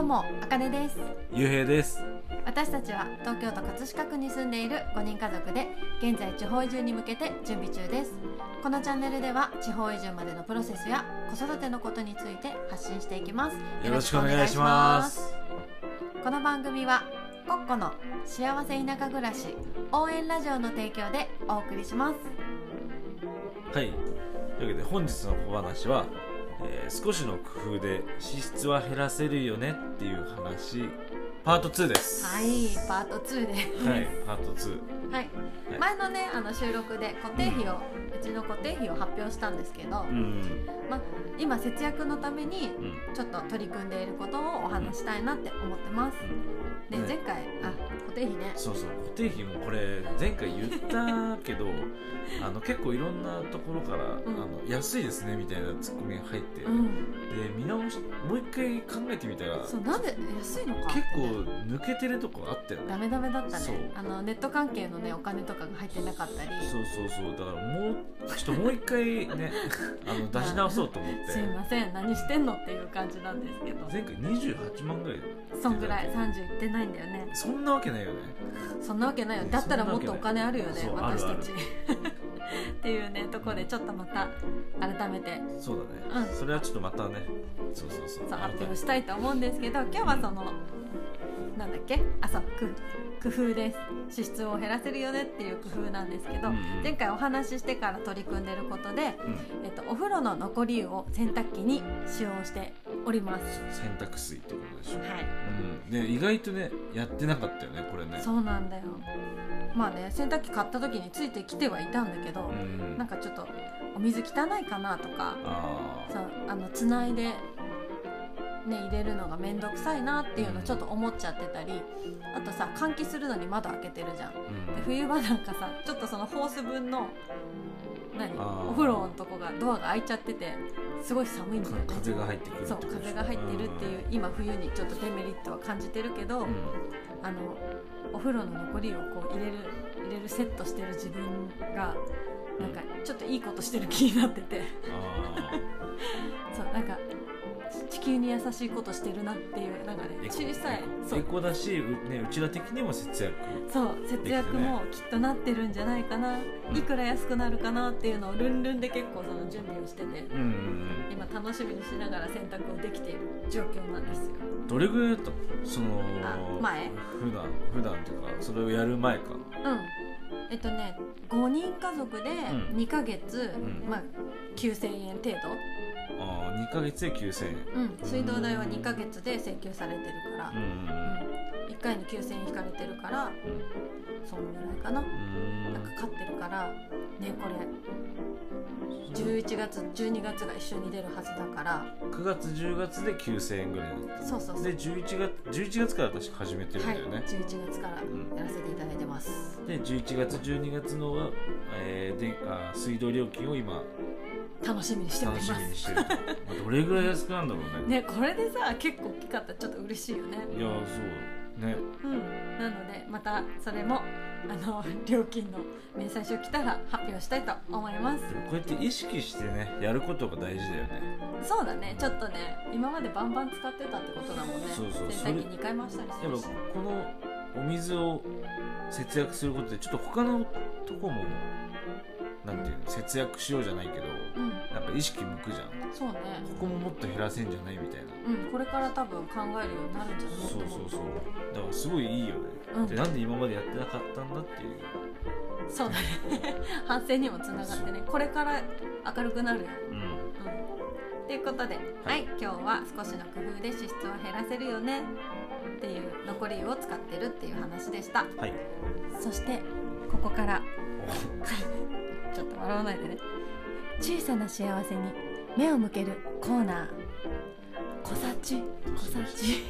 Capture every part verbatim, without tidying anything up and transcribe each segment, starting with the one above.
も、あかねです。 ゆうへいです。 私たちは東京都葛飾区に住んでいるごにん家族で、現在地方移住に向けて準備中です。このチャンネルでは地方移住までのプロセスや子育てのことについて発信していきます。 よろしくお願いします。 この番組はコッコの幸せ田舎暮らし応援ラジオの提供でお送りします。 はい、というわけで本日の小話は、えー、少しの工夫で支出は減らせるよねっていう話パートツーです。 はい、パートツーです。 はい、パートツー。 はい、はい、前のねあの収録で固定費を、うん、うちの固定費を発表したんですけど、うん、まあ、今節約のためにちょっと取り組んでいることをお話したいなって思ってます。うん、で、ね、前回あ固定費ね。 そうそう、固定費もこれ前回言ったけどあの結構いろんなところから、うん、あの安いですねみたいなツッコミが入って、うん、で見直しもう一回考えてみたら、 そうなんで安いのか結構抜けてるとこあったよね。 ダメダメだったね。あのネット関係のねお金とかが入ってなかったり。 そうそうそう、だからもうちょっともう一回ねあの出し直そうと思ってすいません何してんのっていう感じなんですけど、 前回にじゅうはちまんぐらいそんぐらいさんじゅういってないんだよね。 そんなわけないよね。 そんなわけないよ。だったらもっとお金あるよね私たちっていうねところでちょっとまた改めてそうだね、うん、それはちょっとまたねそうそうそうそう発表したいと思うんですけど、今日はそのなんだっけあそう工夫です。支出を減らせるよねっていう工夫なんですけど、うんうん、前回お話ししてから取り組んでることで、うん、えっと、お風呂の残り湯を洗濯機に使用しております。 洗濯水ってことでしょ。 はい、 うん、で意外とねやってなかったよねこれね。 そうなんだよ。まあね洗濯機買った時についてきてはいたんだけど、うん、なんかちょっとお水汚いかなとか、あそうあのつないでね、入れるのがめんどくさいなっていうのちょっと思っちゃってたり、あとさ換気するのに窓開けてるじゃん、うん、で冬場なんかさちょっとそのホース分の何お風呂のとこがドアが開いちゃっててすごい寒いんだよね。 風が入ってくる。 そう風が入ってるっていう今冬にちょっとデメリットは感じてるけど、うん、あのお風呂の残りをこう入れる入れるセットしてる自分がなんかちょっといいことしてる気になっててあそうなんか地球に優しいことしてるなっていうなんかね小さいエコだし、ね、うちら的にも節約、 そう節約もきっとなってるんじゃないかな、うん、いくら安くなるかなっていうのをルンルンで結構その準備をしてて、うんうんうん、今楽しみにしながら洗濯をできている状況なんですよ。 どれぐらいだったのその前普段普段っていうかそれをやる前か。 うんえっとねごにん家族でにかげつ、うんまあ、きゅうせんえん程度。 あにかげつできゅうせんえん、 うん、水道代はにかげつで請求されてるから、うんうん、いっかいにきゅうせんえん引かれてるから、うん、そんぐらいかな。なんか買ってるからねこれじゅういちがつじゅうにがつが一緒に出るはずだからくがつじゅうがつできゅうせんえんぐらいになって、 そうそうそうでじゅういちがつじゅういちがつから確か始めてるんだよね、はい、 じゅういちがつからやらせていただいてます、 うん、でじゅういちがつじゅうにがつのは、えー、であ水道料金を今楽しみにしております。 楽しみにしてるとどれぐらい安くなるんだろうね。 ねこれでさ結構大きかったらちょっと嬉しいよね。 いやそうね、 うん、なのでまたそれもあの料金の明細書来たら発表したいと思います。 でもこうやって意識してねやることが大事だよね。 そうだねちょっとね今までバンバン使ってたってことだもんね。そうそう洗濯機にかい回したりするし、 やっぱこのお水を節約することでちょっと他のとこもなんていうの節約しようじゃないけど、うん、なんか意識向くじゃん。 そうねここももっと減らせんじゃないみたいな、 うん、これから多分考えるようになるんじゃない。 そうそうそうだからすごいいいよね、うん、でなんで今までやってなかったんだっていう。 そうだね反省にもつながってねこれから明るくなるよ、うんうん、ということで、はい、はい、今日は少しの工夫で支出を減らせるよねっていう残り湯を使ってるっていう話でした、はい、そしてここからちょっと笑わないでね。小さな幸せに目を向けるコーナー小さち小さち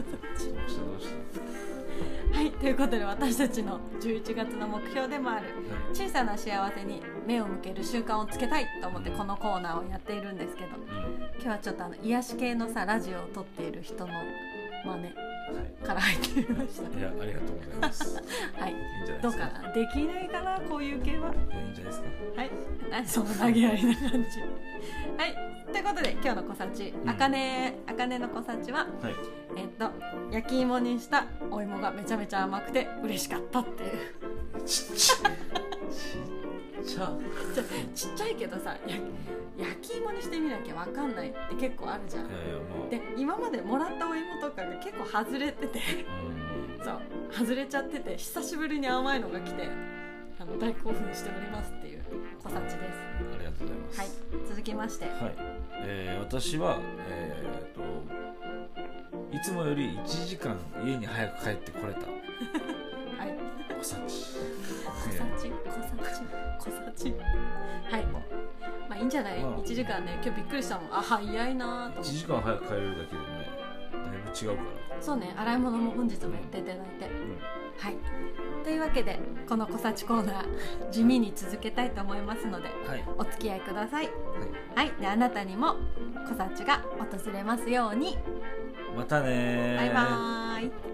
はいということで私たちのじゅういちがつの目標でもある小さな幸せに目を向ける習慣をつけたいと思ってこのコーナーをやっているんですけど、今日はちょっとあの癒し系のさラジオを撮っている人のまあねから入ってみました。 いやありがとうございます。 はい。 いいんじゃないどうですか。 かな、できないかな、こういう系は。 いやいいんじゃないですか。 はい。何その投げやりな感じ。はい。ということで今日の小幸、あかねあかねの小幸は、はい、えっと焼き芋にしたお芋がめちゃめちゃ甘くて嬉しかったっていう。 ちっちゃい。ちっちゃちっちゃいけどさ、や焼き芋にしてみなきゃ分かんないって結構あるじゃん。いやいやもうで今までもらったお芋とかが結構外れててそう外れちゃってて久しぶりに甘いのが来てあの大興奮しておりますっていう小幸です。 ありがとうございます。 はい、続きまして、はいえー、私は、えー、といつもよりいちじかん家に早く帰ってこれたはい小幸小幸小幸小幸はい、まあいいんじゃない、まあ、いちじかんね。今日びっくりしたもん。あ、早いなと思って。いちじかん早く帰れるだけでねだいぶ違うから。 そうね、洗い物も本日もやっていただいて、うん、はいというわけでこの小幸コーナー地味に続けたいと思いますので、はい、お付き合いください。はい、はい、であなたにも小幸が訪れますように。 またねバイバーイ。